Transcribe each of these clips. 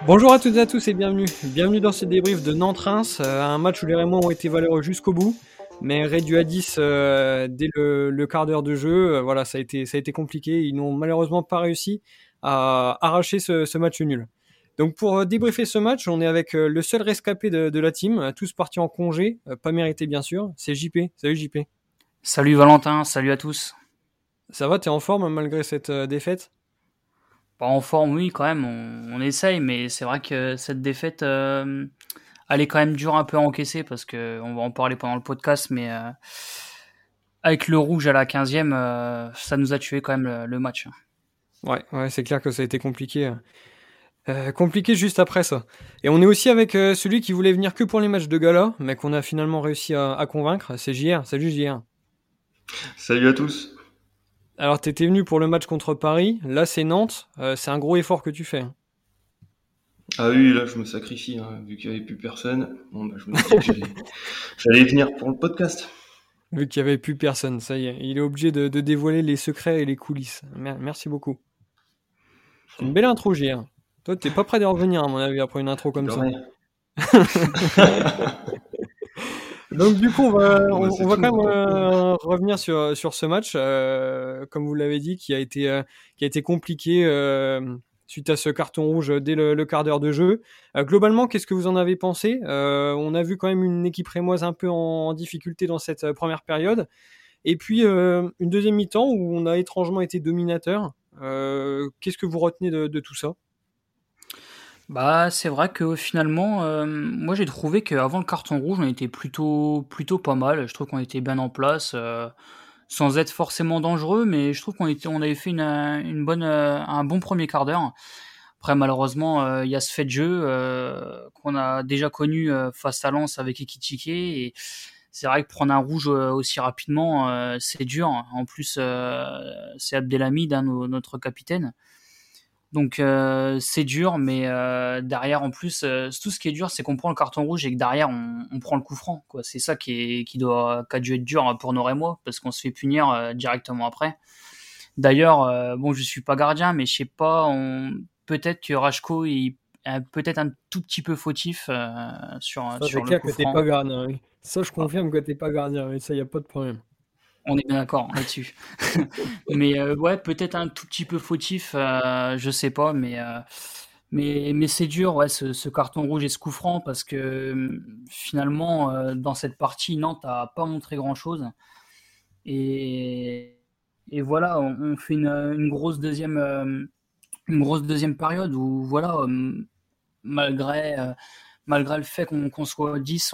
Bonjour à toutes et à tous et bienvenue. Bienvenue dans ce débrief de Nantes-Reims, un match où les Rémois ont été valeureux jusqu'au bout, mais réduits à 10 dès le quart d'heure de jeu. Voilà, ça a été compliqué. Ils n'ont malheureusement pas réussi à arracher ce match nul. Donc pour débriefer ce match, on est avec le seul rescapé de la team, tous partis en congé, pas mérité bien sûr, c'est JP. Salut JP. Salut Valentin, salut à tous. Ça va, t'es en forme malgré cette défaite? Pas en forme, oui, quand même, on essaye, mais c'est vrai que cette défaite, elle est quand même dure un peu à encaisser parce que on va en parler pendant le podcast, mais avec le rouge à la 15e, ça nous a tué quand même le match. Ouais, c'est clair que ça a été compliqué. Compliqué juste après ça. Et on est aussi avec celui qui voulait venir que pour les matchs de gala, mais qu'on a finalement réussi à convaincre, c'est JR. Salut JR. Salut à tous. Alors t'étais venu pour le match contre Paris, là c'est Nantes, c'est un gros effort que tu fais, hein. Ah oui, là je me sacrifie, hein, vu qu'il n'y avait plus personne. Bon, bah, je me suis dit que j'allais venir pour le podcast. Vu qu'il n'y avait plus personne, ça y est, il est obligé de dévoiler les secrets et les coulisses. Merci beaucoup. C'est une belle intro JR. Toi t'es pas prêt d'y revenir à mon avis après une intro comme De ça. rien. Donc du coup, Bon, bah, on c'est va tout, quand même tant pis, hein. revenir sur ce match, comme vous l'avez dit, qui a été compliqué suite à ce carton rouge dès le quart d'heure de jeu. Globalement, qu'est-ce que vous en avez pensé? On a vu quand même une équipe rémoise un peu en difficulté dans cette première période, et puis une deuxième mi-temps où on a étrangement été dominateur. Qu'est-ce que vous retenez de tout ça? Bah, c'est vrai que finalement, moi j'ai trouvé qu'avant le carton rouge, on était plutôt pas mal. Je trouve qu'on était bien en place, sans être forcément dangereux, mais je trouve on avait fait un bon premier quart d'heure. Après, malheureusement, il y a ce fait de jeu qu'on a déjà connu face à Lens avec Ekitike. Et c'est vrai que prendre un rouge aussi rapidement, c'est dur. En plus, c'est Abdelhamid, hein, notre capitaine. Donc c'est dur, mais derrière en plus, tout ce qui est dur, c'est qu'on prend le carton rouge et que derrière on prend le coup franc, quoi. C'est ça qui a dû être dur pour nos Rémois parce qu'on se fait punir directement après. D'ailleurs, bon, je suis pas gardien, mais je sais pas, peut-être que Rajko est peut-être un tout petit peu fautif Ça c'est sur le clair coup que t'es pas franc. gardien, oui. Ça je Voilà. confirme que t'es pas gardien, oui, ça y a pas de problème. On est bien d'accord là-dessus. Mais ouais, peut-être un tout petit peu fautif, je sais pas, mais c'est dur, ouais, ce carton rouge et ce coup franc parce que finalement, dans cette partie, Nantes a pas montré grand-chose. Et, et voilà, on fait une grosse deuxième période où voilà, malgré, euh, malgré le fait qu'on soit à 10,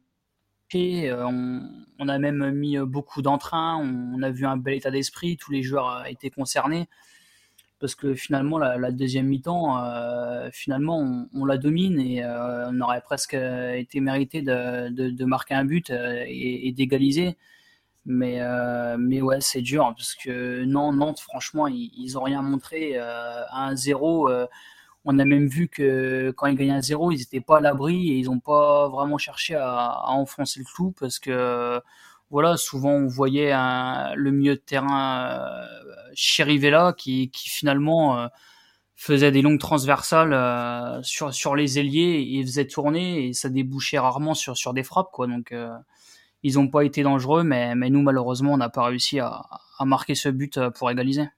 on a même mis beaucoup d'entrain, on a vu un bel état d'esprit, tous les joueurs étaient concernés, parce que finalement, la deuxième mi-temps, finalement, on la domine et on aurait presque été mérité de marquer un but et d'égaliser. Mais ouais, c'est dur parce que non, Nantes, franchement, ils ont rien montré à 1-0. On a même vu que quand ils gagnaient 1-0, ils n'étaient pas à l'abri et ils n'ont pas vraiment cherché à enfoncer le clou parce que voilà, souvent on voyait le milieu de terrain Chirivella qui finalement faisait des longues transversales sur les ailiers et faisait tourner et ça débouchait rarement sur des frappes, quoi. Donc ils n'ont pas été dangereux, mais nous malheureusement on n'a pas réussi à marquer ce but pour égaliser.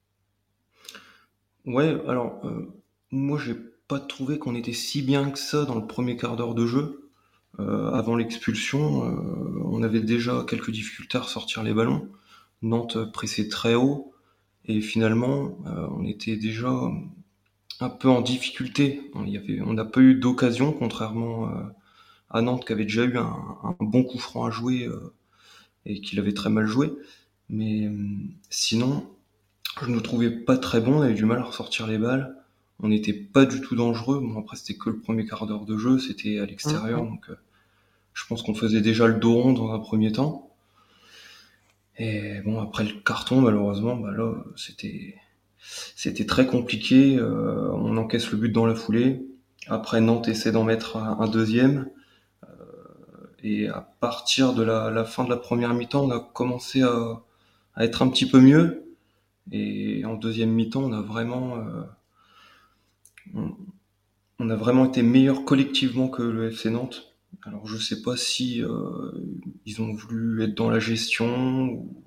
Ouais, alors, moi j'ai pas trouvé qu'on était si bien que ça dans le premier quart d'heure de jeu. Avant l'expulsion, on avait déjà quelques difficultés à ressortir les ballons. Nantes pressait très haut et finalement, on était déjà un peu en difficulté. On n'a pas eu d'occasion, contrairement à Nantes qui avait déjà eu un bon coup franc à jouer et qu'il avait très mal joué. Mais sinon, je ne trouvais pas très bon, on avait du mal à ressortir les balles. On n'était pas du tout dangereux. Bon, après, c'était que le premier quart d'heure de jeu, c'était à Hum, l'extérieur, hum. donc je pense qu'on faisait déjà le dos rond dans un premier temps. Et bon, après le carton, malheureusement, bah là, c'était très compliqué. On encaisse le but dans la foulée. Après, Nantes essaie d'en mettre un deuxième. Et à partir de la fin de la première mi-temps, on a commencé à être un petit peu mieux. Et en deuxième mi-temps, on a vraiment, on a vraiment été meilleurs collectivement que le FC Nantes. Alors je sais pas si ils ont voulu être dans la gestion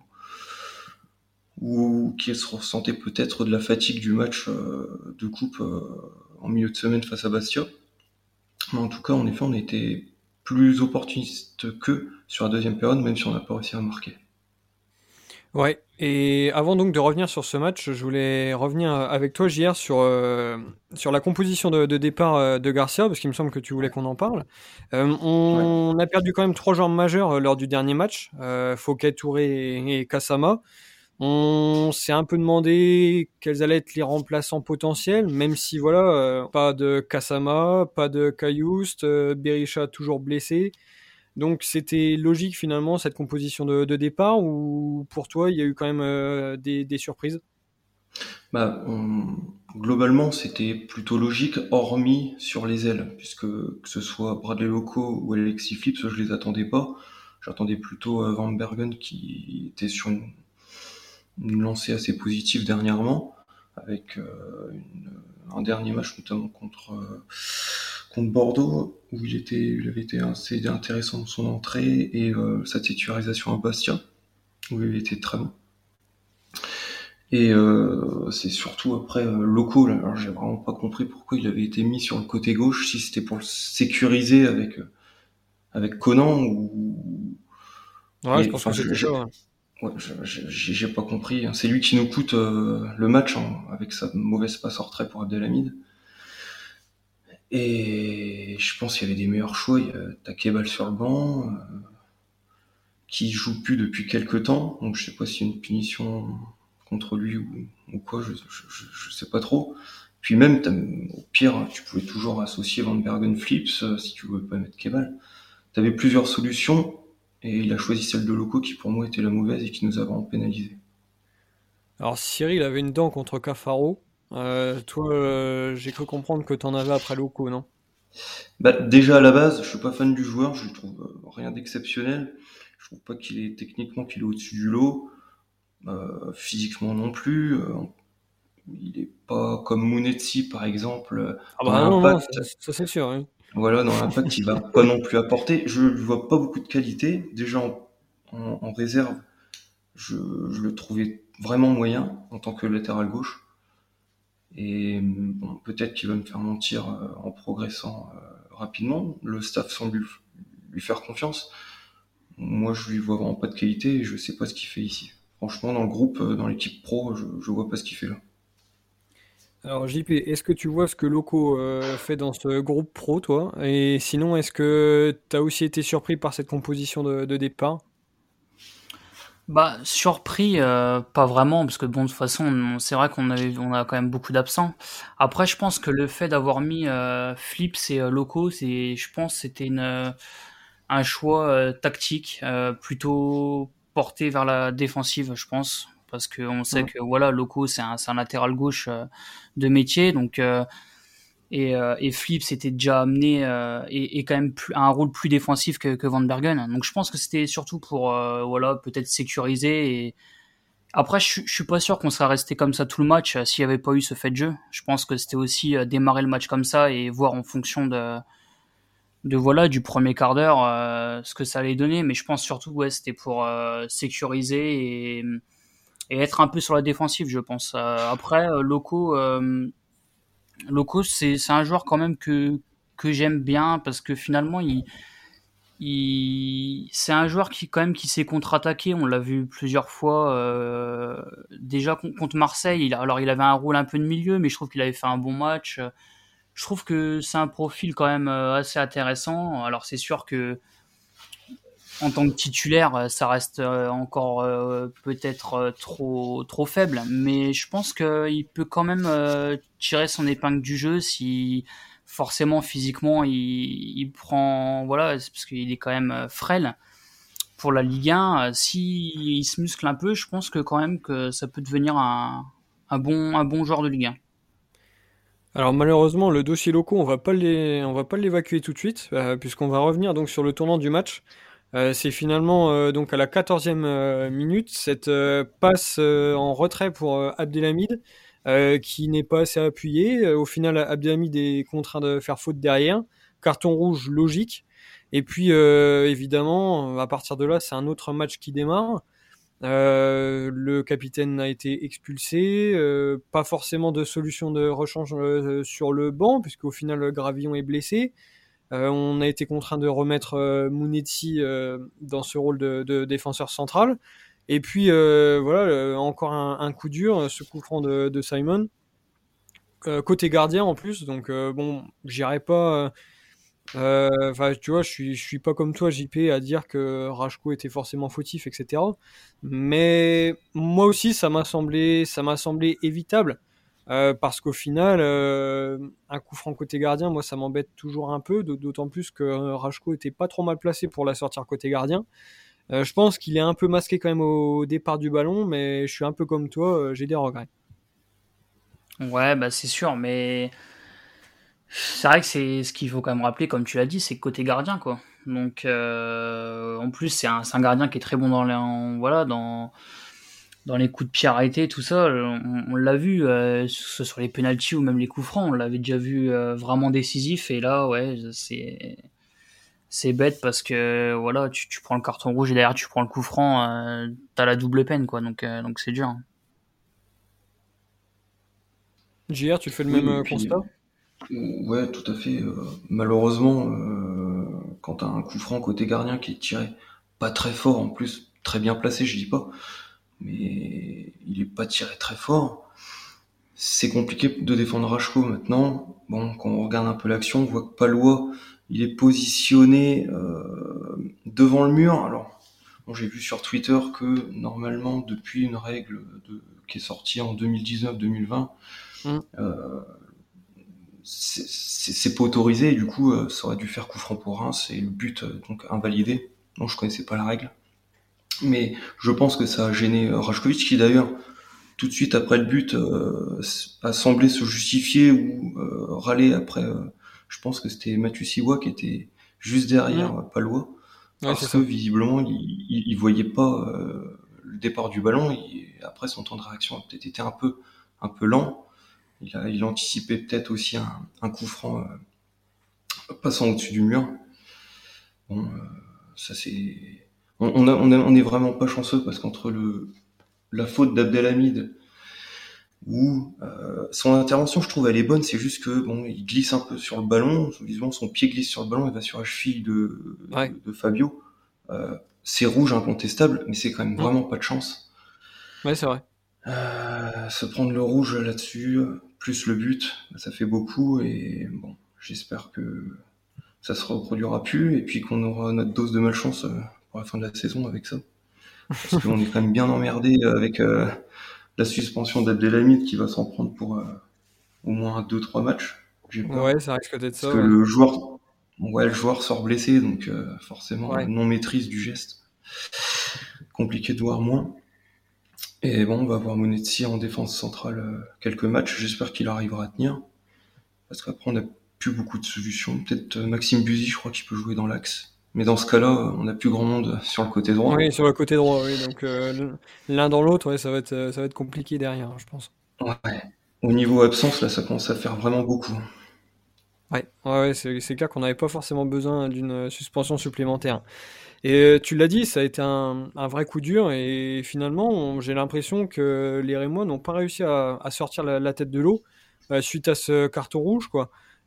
ou qu'ils se ressentaient peut-être de la fatigue du match de coupe en milieu de semaine face à Bastia. Mais en tout cas, en effet, on a été plus opportuniste qu'eux sur la deuxième période, même si on n'a pas réussi à marquer. Ouais, et avant donc de revenir sur ce match, je voulais revenir avec toi, JR, sur la composition de départ de Garcia, parce qu'il me semble que tu voulais qu'on en parle. Ouais. On a perdu quand même 3 joueurs majeurs lors du dernier match, Fouquet, Touré et Kasama. On s'est un peu demandé quels allaient être les remplaçants potentiels, même si voilà, pas de Kasama, pas de Cayoust, Berisha toujours blessé. Donc c'était logique finalement cette composition de départ ou pour toi il y a eu quand même des surprises? Globalement, c'était plutôt logique, hormis sur les ailes, puisque que ce soit Bradley Loco ou Alexis Phillips, je les attendais pas. J'attendais plutôt Van Bergen qui était sur une lancée assez positive dernièrement, avec un dernier match notamment contre Bordeaux, où il avait été assez intéressant dans son entrée et sa titularisation à Bastia, où il était très bon. Et c'est surtout après Loco, là, alors j'ai vraiment pas compris pourquoi il avait été mis sur le côté gauche, si c'était pour le sécuriser avec Conan ou Ouais, je mais pense que enfin c'était ça. Ouais. ouais, j'ai pas compris. C'est lui qui nous coûte le match avec sa mauvaise passe en retrait pour Abdelhamid. Et je pense qu'il y avait des meilleurs choix. Il y a Takebal sur le banc, qui joue plus depuis quelques temps. Donc je sais pas s'il y a une punition contre lui ou quoi, je sais pas trop. Puis même, au pire, tu pouvais toujours associer Van Bergen Flips si tu voulais pas mettre Kebal. T'avais plusieurs solutions et il a choisi celle de Loco qui pour moi était la mauvaise et qui nous a vraiment pénalisé. Alors Cyril avait une dent contre Cafaro. Toi, j'ai cru comprendre que t'en avais après Loco, non? Bah, déjà à la base, je suis pas fan du joueur, je trouve rien d'exceptionnel. Je trouve pas qu'il est techniquement qu'il est au-dessus du lot, physiquement non plus. Il est pas comme Mounetzi par exemple Ah dans bah non, non, l'impact. ça c'est sûr. Oui. Voilà, dans l'impact, il va pas non plus apporter. Je lui vois pas beaucoup de qualité. Déjà en réserve, je le trouvais vraiment moyen en tant que latéral gauche. Et bon, peut-être qu'il va me faire mentir en progressant rapidement. Le staff semble lui faire confiance. Moi, je lui vois vraiment pas de qualité et je sais pas ce qu'il fait ici. Franchement, dans le groupe, dans l'équipe pro, je vois pas ce qu'il fait là. Alors JP, est-ce que tu vois ce que Loco fait dans ce groupe pro, toi? Et sinon, est-ce que t'as aussi été surpris par cette composition de départ? Bah, surpris, pas vraiment, parce que bon, de toute façon, c'est vrai on a quand même beaucoup d'absents. Après, je pense que le fait d'avoir mis Flips et Loco, je pense, c'était un choix tactique, plutôt porté vers la défensive, je pense, parce qu'on sait Mm. que voilà, Loco, c'est un latéral gauche de métier, donc et Flip s'était déjà amené et quand même un rôle plus défensif que Van Bergen. Donc je pense que c'était surtout pour voilà peut-être sécuriser. Et après je suis pas sûr qu'on serait resté comme ça tout le match s'il y avait pas eu ce fait de jeu. Je pense que c'était aussi démarrer le match comme ça et voir en fonction de voilà du premier quart d'heure ce que ça allait donner. Mais je pense surtout ouais c'était pour sécuriser et être un peu sur la défensive je pense. Après Loco, c'est un joueur quand même que j'aime bien parce que finalement, c'est un joueur qui quand même qui s'est contre-attaqué. On l'a vu plusieurs fois. Déjà contre Marseille, alors il avait un rôle un peu de milieu, mais je trouve qu'il avait fait un bon match. Je trouve que c'est un profil quand même assez intéressant. Alors c'est sûr que en tant que titulaire, ça reste encore peut-être trop faible, mais je pense qu'il peut quand même tirer son épingle du jeu si forcément physiquement il prend voilà c'est parce qu'il est quand même frêle pour la Ligue 1. Si il se muscle un peu, je pense que quand même que ça peut devenir un bon joueur de Ligue 1. Alors malheureusement, le dossier Loco, on va pas l'évacuer tout de suite, puisqu'on va revenir donc sur le tournant du match. C'est finalement donc à la 14e minute cette passe en retrait pour Abdelhamid. qui n'est pas assez appuyé. Au final, Abdelhamid est contraint de faire faute derrière. Carton rouge logique. Et puis, évidemment, à partir de là, c'est un autre match qui démarre. Le capitaine a été expulsé. Pas forcément de solution de rechange sur le banc, puisqu'au final, Gravillon est blessé. On a été contraint de remettre Mounetsi dans ce rôle de défenseur central. Et puis, voilà, encore un coup dur, ce coup franc de Simon. Côté gardien en plus, donc bon, j'irai pas. Enfin, tu vois, je suis pas comme toi, JP, à dire que Rajko était forcément fautif, etc. Mais moi aussi, ça m'a semblé évitable. Parce qu'au final, un coup franc côté gardien, moi, ça m'embête toujours un peu, d'autant plus que Rajko était pas trop mal placé pour la sortir côté gardien. Je pense qu'il est un peu masqué quand même au départ du ballon, mais je suis un peu comme toi, j'ai des regrets. Ouais, bah c'est sûr, mais c'est vrai que c'est ce qu'il faut quand même rappeler, comme tu l'as dit, c'est côté gardien, quoi. Donc, en plus, c'est un gardien qui est très bon voilà, dans les coups de pied arrêtés, tout ça. On l'a vu, que ce soit sur les pénaltys ou même les coups francs, on l'avait déjà vu vraiment décisif. Et là, ouais, c'est bête parce que voilà, tu prends le carton rouge et derrière tu prends le coup franc, t'as la double peine, quoi. Donc c'est dur. JR, tu fais le Oui, même et puis, constat? ouais, tout à fait. Malheureusement, quand t'as un coup franc côté gardien qui est tiré pas très fort, en plus, très bien placé, je dis pas, mais il est pas tiré très fort. C'est compliqué de défendre Rachko maintenant. Bon, quand on regarde un peu l'action, on voit que Palois, il est positionné devant le mur. Alors, bon, j'ai vu sur Twitter que normalement, depuis une règle qui est sortie en 2019-2020, Mm. c'est pas autorisé et du coup, ça aurait dû faire coup franc pour Reims et le but donc invalidé. Non, je connaissais pas la règle, mais je pense que ça a gêné Rajkovic qui d'ailleurs tout de suite après le but a semblé se justifier ou râler après. Je pense que c'était Mathieu Siwa qui était juste derrière Mm. Palois Ouais, c'est parce que ça. visiblement il voyait pas le départ du ballon et après son temps de réaction a peut-être été un peu lent. Il anticipait peut-être aussi un coup franc passant au-dessus du mur. Bon, ça c'est on est vraiment pas chanceux parce qu'entre la faute d'Abdelhamid où son intervention, je trouve, elle est bonne. C'est juste que bon, il glisse un peu sur le ballon. Visiblement, son pied glisse sur le ballon et va sur la cheville Ouais. de Fabio. C'est rouge incontestable, mais c'est quand même Mm. vraiment pas de chance. Ouais, c'est vrai. Se prendre le rouge là-dessus, plus le but, ça fait beaucoup. Et bon, j'espère que ça se reproduira plus et puis qu'on aura notre dose de malchance pour la fin de la saison avec ça. Parce qu'on est quand même bien emmerdé avec la suspension d'Abdelhamid qui va s'en prendre pour au moins 2-3 matchs, j'ai peur. Ouais, ça risque d'être Parce ça, que ouais. le joueur sort blessé, donc forcément, Ouais. non maîtrise du geste. Compliqué de voir moins. Et bon, on va voir Monetsi en défense centrale quelques matchs. J'espère qu'il arrivera à tenir. Parce qu'après, on n'a plus beaucoup de solutions. Peut-être Maxime Buzy, je crois qu'il peut jouer dans l'axe. Mais dans ce cas-là, on n'a plus grand monde sur le côté droit. Oui, sur le côté droit, oui. Donc l'un dans l'autre, ouais, ça va être compliqué derrière, je pense. Ouais. Au niveau absence, là, ça commence à faire vraiment beaucoup. Ouais, ouais, ouais, c'est clair qu'on n'avait pas forcément besoin d'une suspension supplémentaire. Et tu l'as dit, ça a été un vrai coup dur et finalement, j'ai l'impression que les Rémois n'ont pas réussi à sortir la tête de l'eau suite à ce carton rouge, quoi.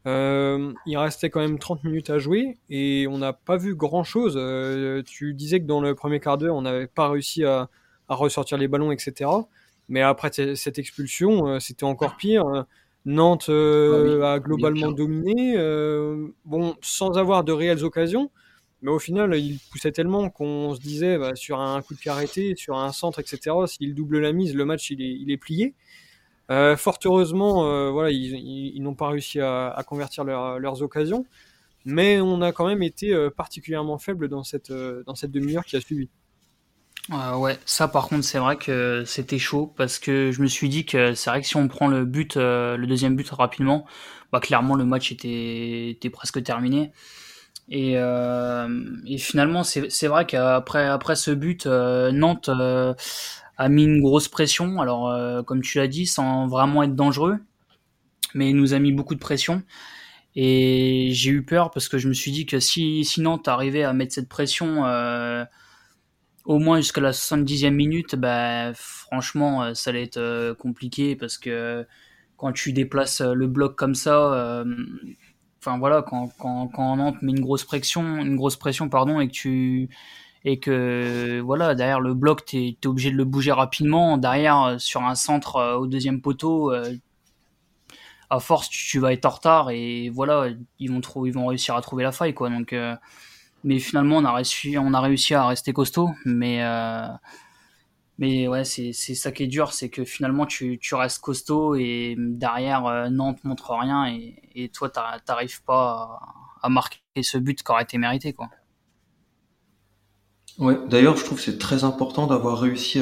Il restait quand même 30 minutes à jouer et on n'a pas vu grand-chose. Tu disais que dans le premier quart d'heure, on n'avait pas réussi à ressortir les ballons, etc. Mais après cette expulsion, c'était encore pire. Nantes Ah oui, a bien globalement pire. dominé, bon, sans avoir de réelles occasions. Mais au final, il poussait tellement qu'on se disait, bah, sur un coup de pied arrêté, sur un centre, etc., s'il double la mise, le match, il est plié. Fort heureusement, voilà, ils n'ont pas réussi à convertir leurs occasions. Mais on a quand même été particulièrement faible dans cette demi-heure qui a suivi. Ouais, ça par contre c'est vrai que c'était chaud parce que je me suis dit que c'est vrai que si on prend le deuxième but rapidement, bah clairement le match était presque terminé. Et finalement c'est vrai qu'après ce but, Nantes a mis une grosse pression. Alors, comme tu l'as dit, sans vraiment être dangereux, mais il nous a mis beaucoup de pression. Et j'ai eu peur parce que je me suis dit que si Nantes arrivait à mettre cette pression au moins jusqu'à la 70e minute, bah, franchement, ça allait être compliqué parce que quand tu déplaces le bloc comme ça, enfin voilà, quand Nantes met une grosse pression, pardon, et que voilà, derrière le bloc, t'es obligé de le bouger rapidement. Derrière, sur un centre au deuxième poteau, à force, tu vas être en retard et voilà, ils vont réussir à trouver la faille, quoi. Donc, mais finalement, on a réussi à rester costaud, mais ouais, c'est ça qui est dur, c'est que finalement, tu restes costaud et derrière, Nantes montre rien et toi, t'arrives pas à marquer ce but qui aurait été mérité, quoi. Ouais, d'ailleurs, je trouve que c'est très important d'avoir réussi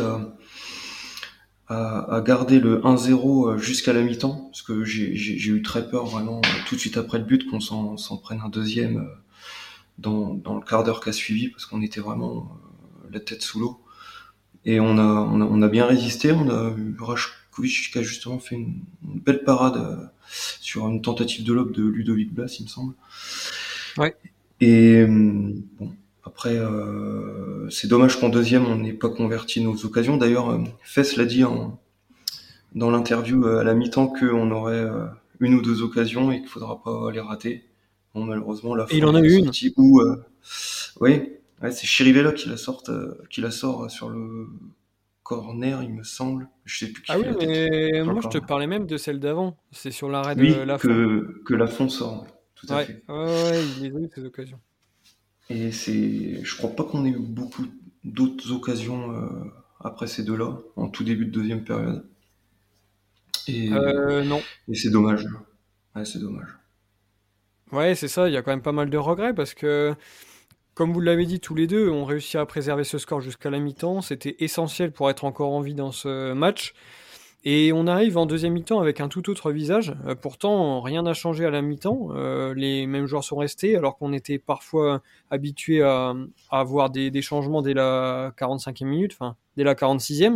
à garder le 1-0 jusqu'à la mi-temps, parce que j'ai eu très peur vraiment tout de suite après le but qu'on s'en prenne un deuxième dans le quart d'heure qui a suivi, parce qu'on était vraiment la tête sous l'eau. Et on a bien résisté. On a eu Rajkovic qui a justement fait une belle parade sur une tentative de lob de Ludovic Blas, il me semble. Ouais. Et bon, après, c'est dommage qu'en deuxième, on n'ait pas converti nos occasions. D'ailleurs, Fess l'a dit dans l'interview à la mi-temps qu'on aurait une ou deux occasions et qu'il faudra pas les rater. Bon, malheureusement, la Et il en a eu une. où, oui, ouais, c'est Chirivella qui la sort sur le corner, il me semble. Je sais plus qui Ah fait oui, la tête mais sur le moi je te corner. parlais même de celle d'avant. C'est sur l'arrêt de Oui, Lafont. que Lafont sort, tout à Ouais, fait. ouais, il les a eu ces occasions. Et je crois pas qu'on ait eu beaucoup d'autres occasions après ces deux-là, en tout début de deuxième période. Et, Non. et c'est dommage. Ouais, c'est dommage. Ouais, c'est ça, il y a quand même pas mal de regrets parce que, comme vous l'avez dit tous les deux, on réussit à préserver ce score jusqu'à la mi-temps. C'était essentiel pour être encore en vie dans ce match. Et on arrive en deuxième mi-temps avec un tout autre visage. Pourtant, rien n'a changé à la mi-temps. Les mêmes joueurs sont restés, alors qu'on était parfois habitué à avoir des changements dès la 45e minute, enfin, dès la 46e.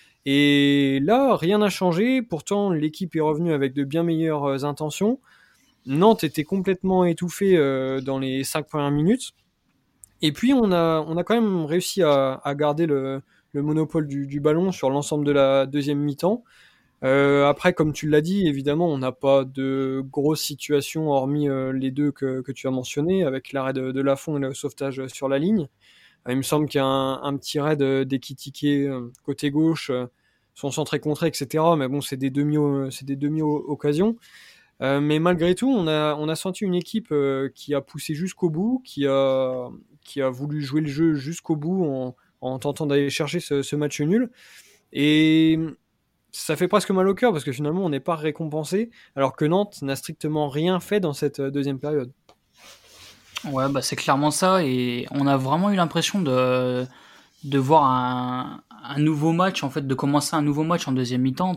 Et là, rien n'a changé. Pourtant, l'équipe est revenue avec de bien meilleures intentions. Nantes était complètement étouffée dans les 5 premières minutes. Et puis, on a quand même réussi à garder le monopole du ballon sur l'ensemble de la deuxième mi-temps. Après, comme tu l'as dit, évidemment, on n'a pas de grosses situations hormis les deux que tu as mentionnés, avec l'arrêt de Lafont et le sauvetage sur la ligne. Il me semble qu'il y a un petit raid d'Ekitike côté gauche, son centré contré, etc. Mais bon, c'est des demi-occasions. Mais malgré tout, on a senti une équipe qui a poussé jusqu'au bout, qui a voulu jouer le jeu jusqu'au bout en tentant d'aller chercher ce match nul. Et ça fait presque mal au cœur parce que finalement, on n'est pas récompensé, alors que Nantes n'a strictement rien fait dans cette deuxième période. Ouais, bah c'est clairement ça et on a vraiment eu l'impression de voir un nouveau match, en fait, de commencer un nouveau match en deuxième mi-temps,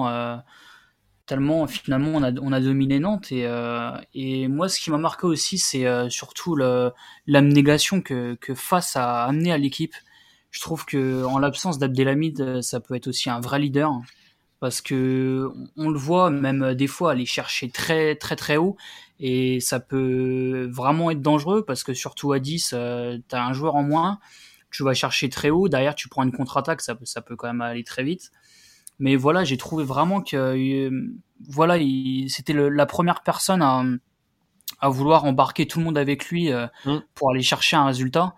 tellement finalement on a dominé Nantes et moi ce qui m'a marqué aussi c'est surtout l'abnégation que Fass a amené à l'équipe. Je trouve que en l'absence d'Abdelhamid, ça peut être aussi un vrai leader parce que on le voit même des fois aller chercher très très très haut et ça peut vraiment être dangereux parce que surtout à 10 t'as un joueur en moins, tu vas chercher très haut, derrière tu prends une contre-attaque, ça peut quand même aller très vite. Mais voilà, j'ai trouvé vraiment que voilà, c'était la première personne à vouloir embarquer tout le monde avec lui pour aller chercher un résultat.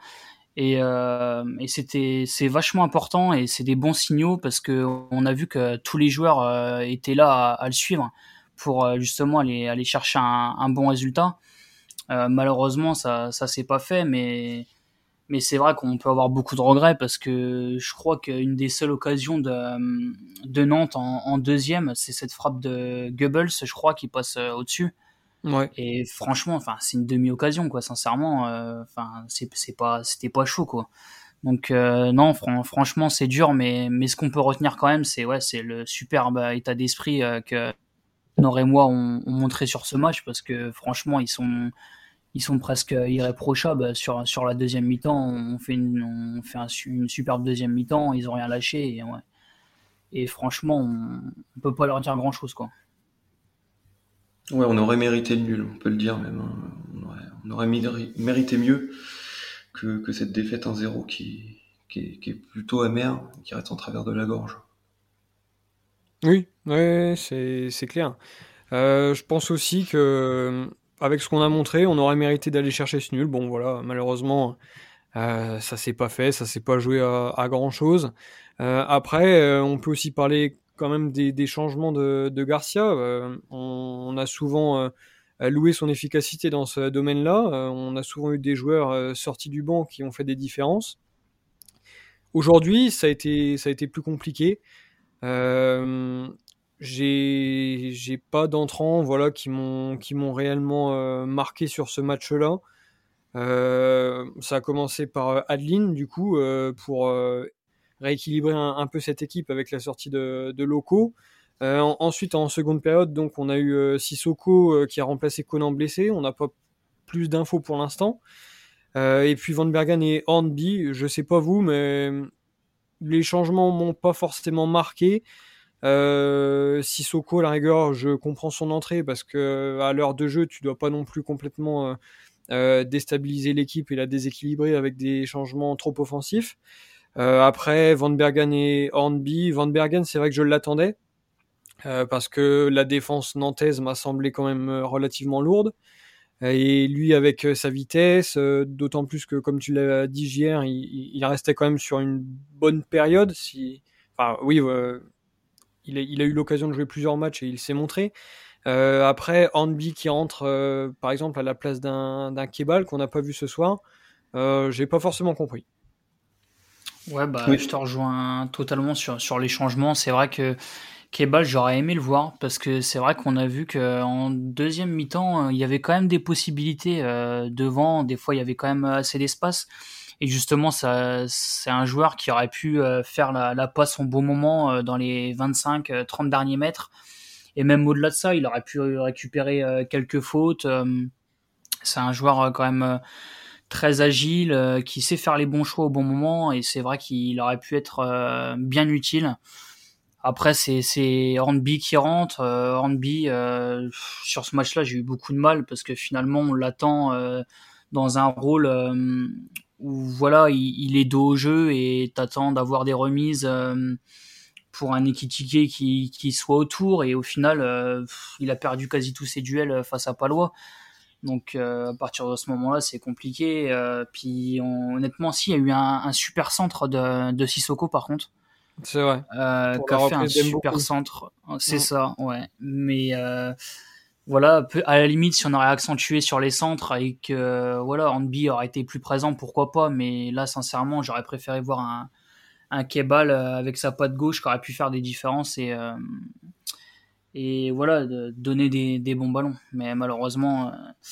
Et c'est vachement important et c'est des bons signaux parce que on a vu que tous les joueurs étaient là à le suivre pour justement aller chercher un bon résultat. Malheureusement, ça s'est pas fait, mais c'est vrai qu'on peut avoir beaucoup de regrets parce que je crois qu'une des seules occasions de Nantes en deuxième, c'est cette frappe de Goebbels, je crois, qui passe au-dessus. Ouais. Et franchement, enfin, c'est une demi-occasion, quoi. Sincèrement, enfin, c'était pas chaud, quoi. Donc non, franchement, c'est dur, mais ce qu'on peut retenir quand même, c'est le superbe état d'esprit que Nord et moi ont montré sur ce match parce que franchement, ils sont presque irréprochables. Sur la deuxième mi-temps, on fait une superbe deuxième mi-temps, ils ont rien lâché. Et, ouais. Et franchement, on peut pas leur dire grand-chose, quoi. Ouais, on aurait mérité le nul, on peut le dire même, hein. On aurait mérité mieux que cette défaite 1-0 qui est plutôt amère, qui reste en travers de la gorge. Oui, ouais, c'est clair. Je pense aussi que avec ce qu'on a montré, on aurait mérité d'aller chercher ce nul. Bon, voilà, malheureusement, ça s'est pas fait, ça s'est pas joué à grand-chose. Après, on peut aussi parler quand même des changements de Garcia. On a souvent loué son efficacité dans ce domaine-là. On a souvent eu des joueurs sortis du banc qui ont fait des différences. Aujourd'hui, ça a été plus compliqué. Euh, j'ai pas d'entrants, voilà, qui m'ont réellement marqué sur ce match-là. Ça a commencé par Adeline, du coup, pour rééquilibrer un peu cette équipe avec la sortie de Loco. Ensuite, en seconde période, donc, on a eu Sissoko qui a remplacé Conan blessé. On n'a pas plus d'infos pour l'instant. Et puis Van Bergen et Hornby, je sais pas vous, mais les changements m'ont pas forcément marqué. Sissoko, à la rigueur, je comprends son entrée parce que à l'heure de jeu, tu dois pas non plus complètement déstabiliser l'équipe et la déséquilibrer avec des changements trop offensifs. Après, Van Bergen et Hornby. Van Bergen, c'est vrai que je l'attendais parce que la défense nantaise m'a semblé quand même relativement lourde. Et lui, avec sa vitesse, d'autant plus que, comme tu l'as dit hier, il restait quand même sur une bonne période. Enfin, oui, il a eu l'occasion de jouer plusieurs matchs et il s'est montré. Après, Hornby qui rentre, par exemple, à la place d'un Kebal qu'on n'a pas vu ce soir, j'ai pas forcément compris. Ouais, bah, je Oui, te rejoins totalement sur les changements. C'est vrai que Kebal, j'aurais aimé le voir parce que c'est vrai qu'on a vu qu'en deuxième mi-temps, il y avait quand même des possibilités devant. Des fois, il y avait quand même assez d'espace. Et justement, c'est un joueur qui aurait pu faire la passe en bon moment dans les 25-30 derniers mètres. Et même au-delà de ça, il aurait pu récupérer quelques fautes. C'est un joueur quand même très agile, qui sait faire les bons choix au bon moment. Et c'est vrai qu'il aurait pu être bien utile. Après, c'est Hornby qui rentre. Hornby, sur ce match-là, j'ai eu beaucoup de mal parce que finalement, on l'attend dans un rôle où voilà, il est dos au jeu et t'attends d'avoir des remises pour un Ekitike qui soit autour. Et au final, il a perdu quasi tous ses duels face à Palois. Donc à partir de ce moment-là, c'est compliqué. Puis honnêtement, si, il y a eu un super centre de Sissoko par contre C'est vrai. Pour qui la a fait un reprise super d'Mboko. centre. C'est Mm. ça, ouais. Mais voilà, à la limite, si on aurait accentué sur les centres et que voilà, Hornby aurait été plus présent, pourquoi pas. Mais là, sincèrement, j'aurais préféré voir un Kebal avec sa patte gauche qui aurait pu faire des différences et voilà, donner des bons ballons. Mais malheureusement,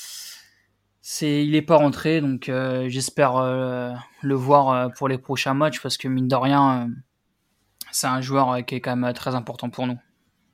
il est pas rentré, donc j'espère le voir pour les prochains matchs parce que mine de rien, c'est un joueur qui est quand même très important pour nous.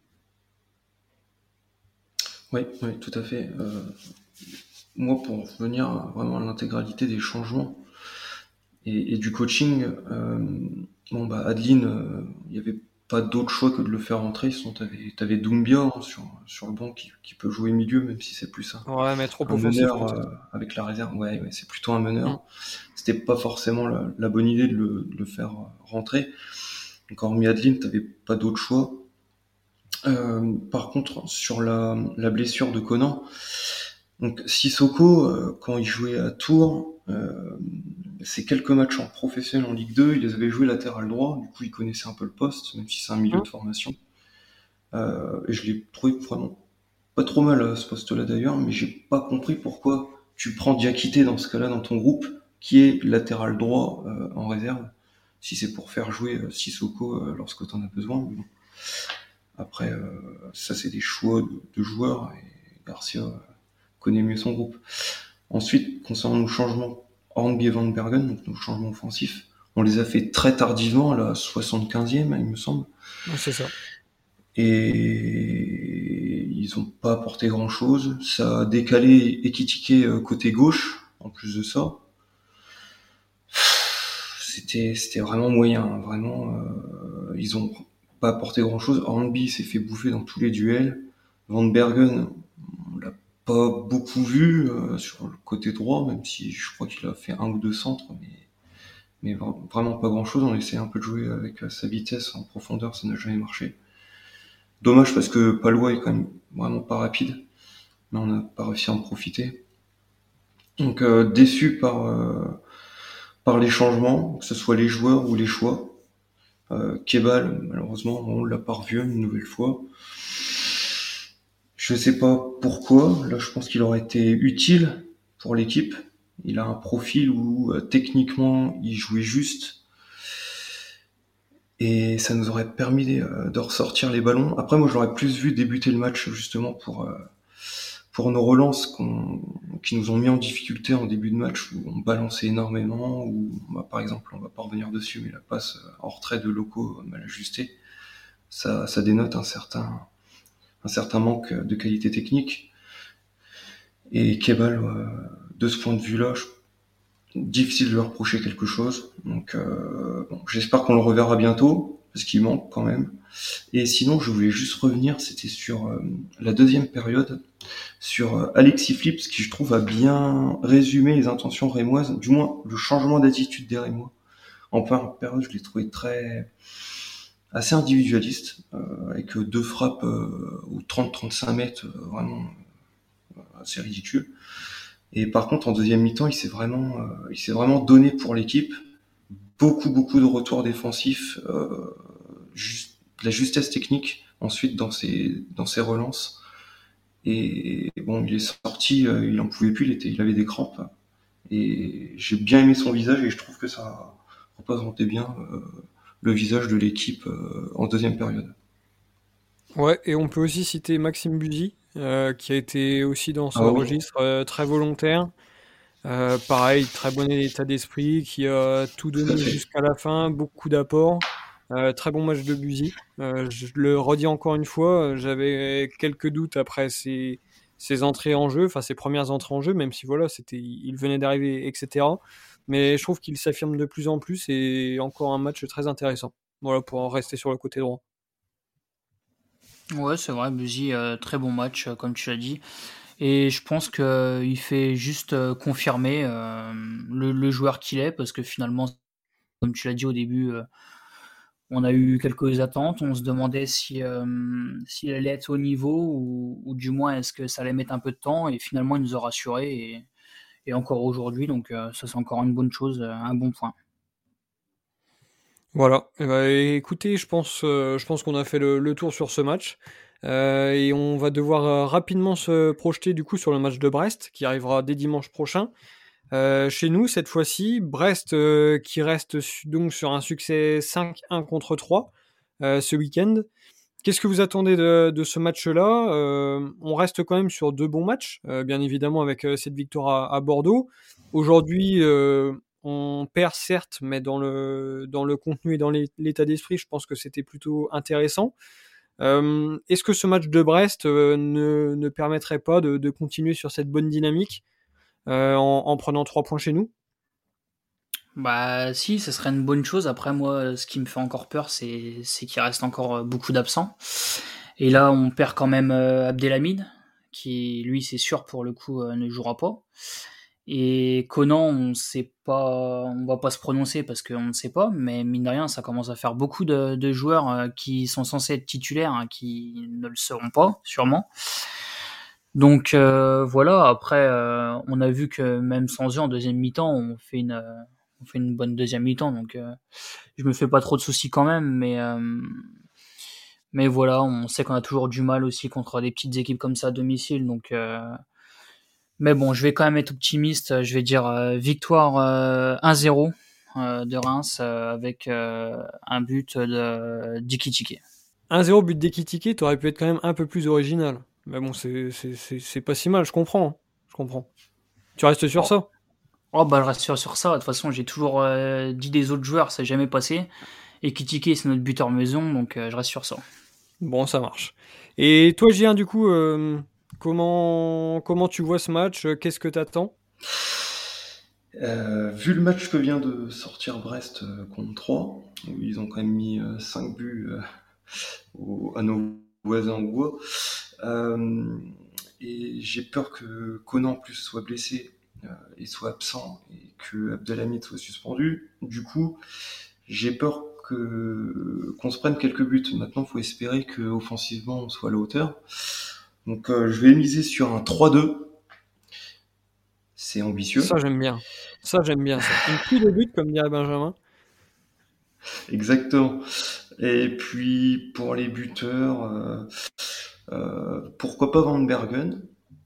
oui, oui, tout à fait. Moi, pour revenir vraiment à l'intégralité des changements et du coaching, bon bah Adeline, il n'y avait pas d'autre choix que de le faire rentrer. Sinon, t'avais Doumbia hein, sur le banc qui peut jouer milieu, même si c'est plus Ouais, mais trop un offensif meneur peut-être. avec la réserve. Ouais, ouais, c'est plutôt un Mm. meneur. C'était pas forcément la bonne idée de le faire rentrer. Donc hormis Adeline, t'avais pas d'autre choix. Par contre, sur la blessure de Conan, donc Sissoko, quand il jouait à Tours, ces quelques matchs en professionnel en Ligue 2, il les avait joués latéral droit, du coup il connaissait un peu le poste, même si c'est un milieu Mm. de formation. Et je l'ai trouvé vraiment pas trop mal à ce poste-là d'ailleurs, mais j'ai pas compris pourquoi tu prends Diakité dans ce cas-là dans ton groupe, qui est latéral droit en réserve, si c'est pour faire jouer Sissoko lorsque t'en as besoin. Mais bon. Après, ça c'est des choix de joueurs et Garcia connaît mieux son groupe. Ensuite, concernant nos changements Hornby et Van Bergen, donc nos changements offensifs, on les a fait très tardivement, à la 75e, il me semble. Ouais, c'est ça. Et ils ont pas apporté grand-chose. Ça a décalé Ekitike côté gauche, en plus de ça. C'était vraiment moyen, hein, vraiment. Ils ont pas apporté grand-chose. Hornby s'est fait bouffer dans tous les duels. Van Bergen, on l'a pas beaucoup vu sur le côté droit, même si je crois qu'il a fait 1 ou 2 centres, mais vraiment pas grand-chose. On essayait un peu de jouer avec sa vitesse en profondeur, ça n'a jamais marché. Dommage parce que Palois est quand même vraiment pas rapide, mais on n'a pas réussi à en profiter. Donc déçu par les changements, que ce soit les joueurs ou les choix. Kebal, malheureusement, on l'a pas revu une nouvelle fois. Je sais pas pourquoi. Là, je pense qu'il aurait été utile pour l'équipe. Il a un profil où techniquement, il jouait juste. Et ça nous aurait permis de ressortir les ballons. Après, moi, je l'aurais plus vu débuter le match justement pour nos relances qui nous ont mis en difficulté en début de match, où on balançait énormément, où par exemple, on va pas revenir dessus, mais la passe en retrait de Loco mal ajustée, ça dénote un certain manque de qualité technique. Et Kebal, de ce point de vue-là, difficile de lui reprocher quelque chose. Donc, j'espère qu'on le reverra bientôt, parce qu'il manque quand même. Et sinon, je voulais juste revenir, c'était sur la deuxième période, sur Alexis Flips, qui je trouve a bien résumé les intentions rémoises, du moins le changement d'attitude des Rémois. En première période, je l'ai trouvé assez individualiste, avec 2 frappes aux 30-35 mètres, vraiment assez ridicule. Et par contre, en deuxième mi-temps, il s'est vraiment donné pour l'équipe. Beaucoup de retours défensifs, la justesse technique ensuite dans ses relances. Et bon, il est sorti, il en pouvait plus, il avait des crampes. Et j'ai bien aimé son visage et je trouve que ça représentait bien le visage de l'équipe en deuxième période. Ouais, et on peut aussi citer Maxime Buzy, qui a été aussi dans ce Ah oui, registre très volontaire. Pareil, très bon état d'esprit, qui a tout tout à donné fait. jusqu'à la fin, beaucoup d'apports. Très bon match de Buzy. Je le redis encore une fois, j'avais quelques doutes après ses entrées en jeu, enfin ses premières entrées en jeu, même si voilà, il venait d'arriver, etc. Mais je trouve qu'il s'affirme de plus en plus et encore un match très intéressant. Voilà, pour en rester sur le côté droit. Ouais, c'est vrai, Buzy, très bon match, comme tu l'as dit. Et je pense qu'il fait juste confirmer le joueur qu'il est, parce que finalement, comme tu l'as dit au début, on a eu quelques attentes. On se demandait s'il allait être au niveau, ou du moins est-ce que ça allait mettre un peu de temps. Et finalement, il nous a rassurés, et encore aujourd'hui. Donc ça, c'est encore une bonne chose, un bon point. Voilà. Eh ben, écoutez, je pense qu'on a fait le tour sur ce match. Et on va devoir rapidement se projeter du coup sur le match de Brest qui arrivera dès dimanche prochain. Chez nous, cette fois-ci, Brest qui reste donc sur un succès 5-1 contre 3 ce week-end. Qu'est-ce que vous attendez de ce match-là? On reste quand même sur 2 bons matchs, bien évidemment avec cette victoire à Bordeaux. Aujourd'hui, on perd certes, mais dans le contenu et dans l'état d'esprit, je pense que c'était plutôt intéressant. Est-ce que ce match de Brest ne permettrait pas de continuer sur cette bonne dynamique en prenant 3 points chez nous? Bah si, ce serait une bonne chose. Après, moi, ce qui me fait encore peur, c'est qu'il reste encore beaucoup d'absents. Et là, on perd quand même Abdelhamid, qui lui, c'est sûr, pour le coup, ne jouera pas. Et Conan, on sait pas, on va pas se prononcer parce qu'on ne sait pas, mais mine de rien, ça commence à faire beaucoup de joueurs qui sont censés être titulaires, hein, qui ne le seront pas, sûrement. Donc voilà, après, on a vu que même sans eux en deuxième mi-temps, on fait une bonne deuxième mi-temps, donc je me fais pas trop de soucis quand même, mais voilà, on sait qu'on a toujours du mal aussi contre des petites équipes comme ça à domicile, donc mais bon, je vais quand même être optimiste, je vais dire victoire 1-0 de Reims avec un but de Dikitike. 1-0 but d'Ekitike, t'aurais pu être quand même un peu plus original. Mais bon, c'est pas si mal, je comprends. Je comprends. Tu restes sur Oh, ça? oh bah je reste sur ça, de toute façon j'ai toujours dit des autres joueurs, ça n'a jamais passé, et Kitike c'est notre buteur maison, donc je reste sur ça. Bon, ça marche. Et toi, Gien, du coup, comment tu vois ce match? Qu'est-ce que t'attends? Vu le match que vient de sortir Brest contre 3, où ils ont quand même mis 5 buts à nos voisins au euh, et j'ai peur que Conan en plus soit blessé et soit absent et que Abdelhamid soit suspendu. Du coup, j'ai peur qu'on se prenne quelques buts. Maintenant, il faut espérer qu'offensivement, on soit à la hauteur. Donc, je vais miser sur un 3-2. C'est ambitieux. Ça, j'aime bien. Ça, j'aime bien ça. Une pluie de buts, comme dirait Benjamin. Exactement. Et puis, pour les buteurs, pourquoi pas Van Bergen.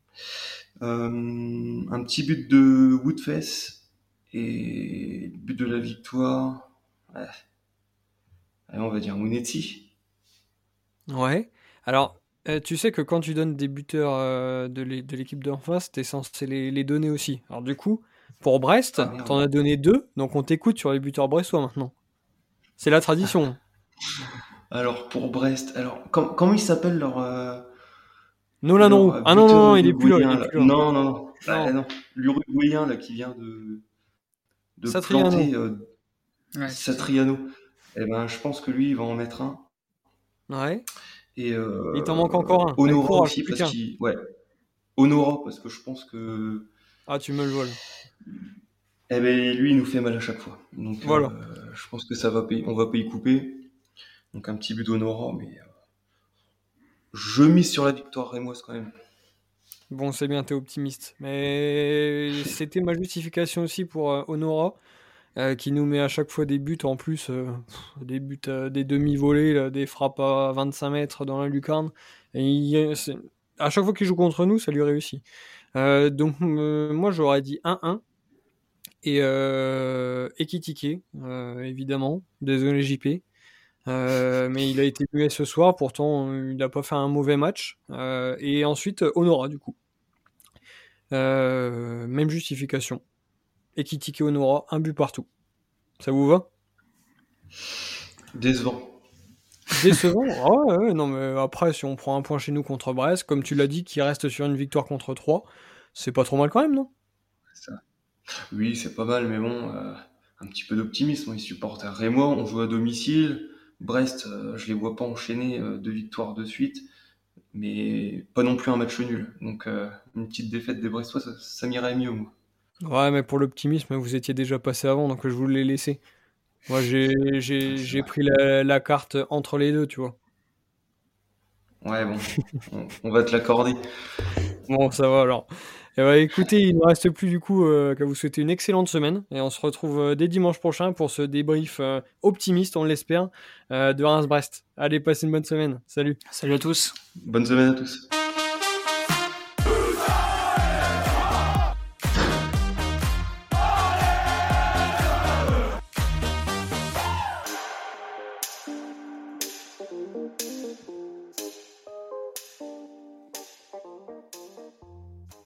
Un petit but de Woodfess et but de la victoire. Ouais. Allez, on va dire Mounetti. Ouais. Alors, tu sais que quand tu donnes des buteurs de l'équipe d'en face, t'es censé les donner aussi. Alors du coup, pour Brest, Ah merde. t'en as donné 2, donc on t'écoute sur les buteurs brestois maintenant. C'est la tradition. Alors pour Brest, alors comment il s'appelle Nolan Roux. leur Ah non, non, buteur non, il est plus là, il uruguayen est là? plus là. Non, non, non. Ah, Non, non. L'Uruguayen là qui vient de Satriano. planter Ouais, c'est ça. Satriano. Eh ben, je pense que lui, il va en mettre un. Ouais. Et Il t'en manque encore un. Allez, Honora courage, aussi plus parce qu'un. qu'il, ouais, Honora parce que je pense que, Ah, tu me le voles. eh ben, lui, il nous fait mal à chaque fois. Donc, Voilà. je pense que ça va payer, on va pas y couper. Donc un petit but d'Honora, mais je mise sur la victoire rémoise quand même. Bon, c'est bien, t'es optimiste. Mais c'était ma justification aussi pour Honora. Qui nous met à chaque fois des buts en plus, des buts, des demi-volées, là, des frappes à 25 mètres dans la lucarne. Et à chaque fois qu'il joue contre nous, ça lui réussit. Donc moi j'aurais dit 1-1 et Ekitike, évidemment. Désolé JP. Mais il a été muet ce soir, pourtant il n'a pas fait un mauvais match. Et ensuite Honora du coup. Même justification. Ekitike Honora, un but partout. Ça vous va? Décevant. Décevant? Ah ouais, ouais, non, mais après, si on prend un point chez nous contre Brest, comme tu l'as dit, qui reste sur une victoire contre 3, c'est pas trop mal quand même, non? Ça. Oui, c'est pas mal, mais bon, un petit peu d'optimisme. Les supporters rémois, on joue à domicile. Brest, je les vois pas enchaîner 2 victoires de suite, mais pas non plus un match nul. Donc une petite défaite des Brestois, ça m'irait mieux, moi. Ouais, mais pour l'optimisme, vous étiez déjà passé avant, donc je vous l'ai laissé. Moi, C'est j'ai vrai. pris la carte entre les deux, tu vois. Ouais, bon, on va te l'accorder. Bon, ça va alors. Eh ben, écoutez, il ne me reste plus du coup qu'à vous souhaiter une excellente semaine et on se retrouve dès dimanche prochain pour ce débrief optimiste, on l'espère, de Reims-Brest. Allez, passez une bonne semaine. Salut. Salut à tous. Bonne semaine à tous.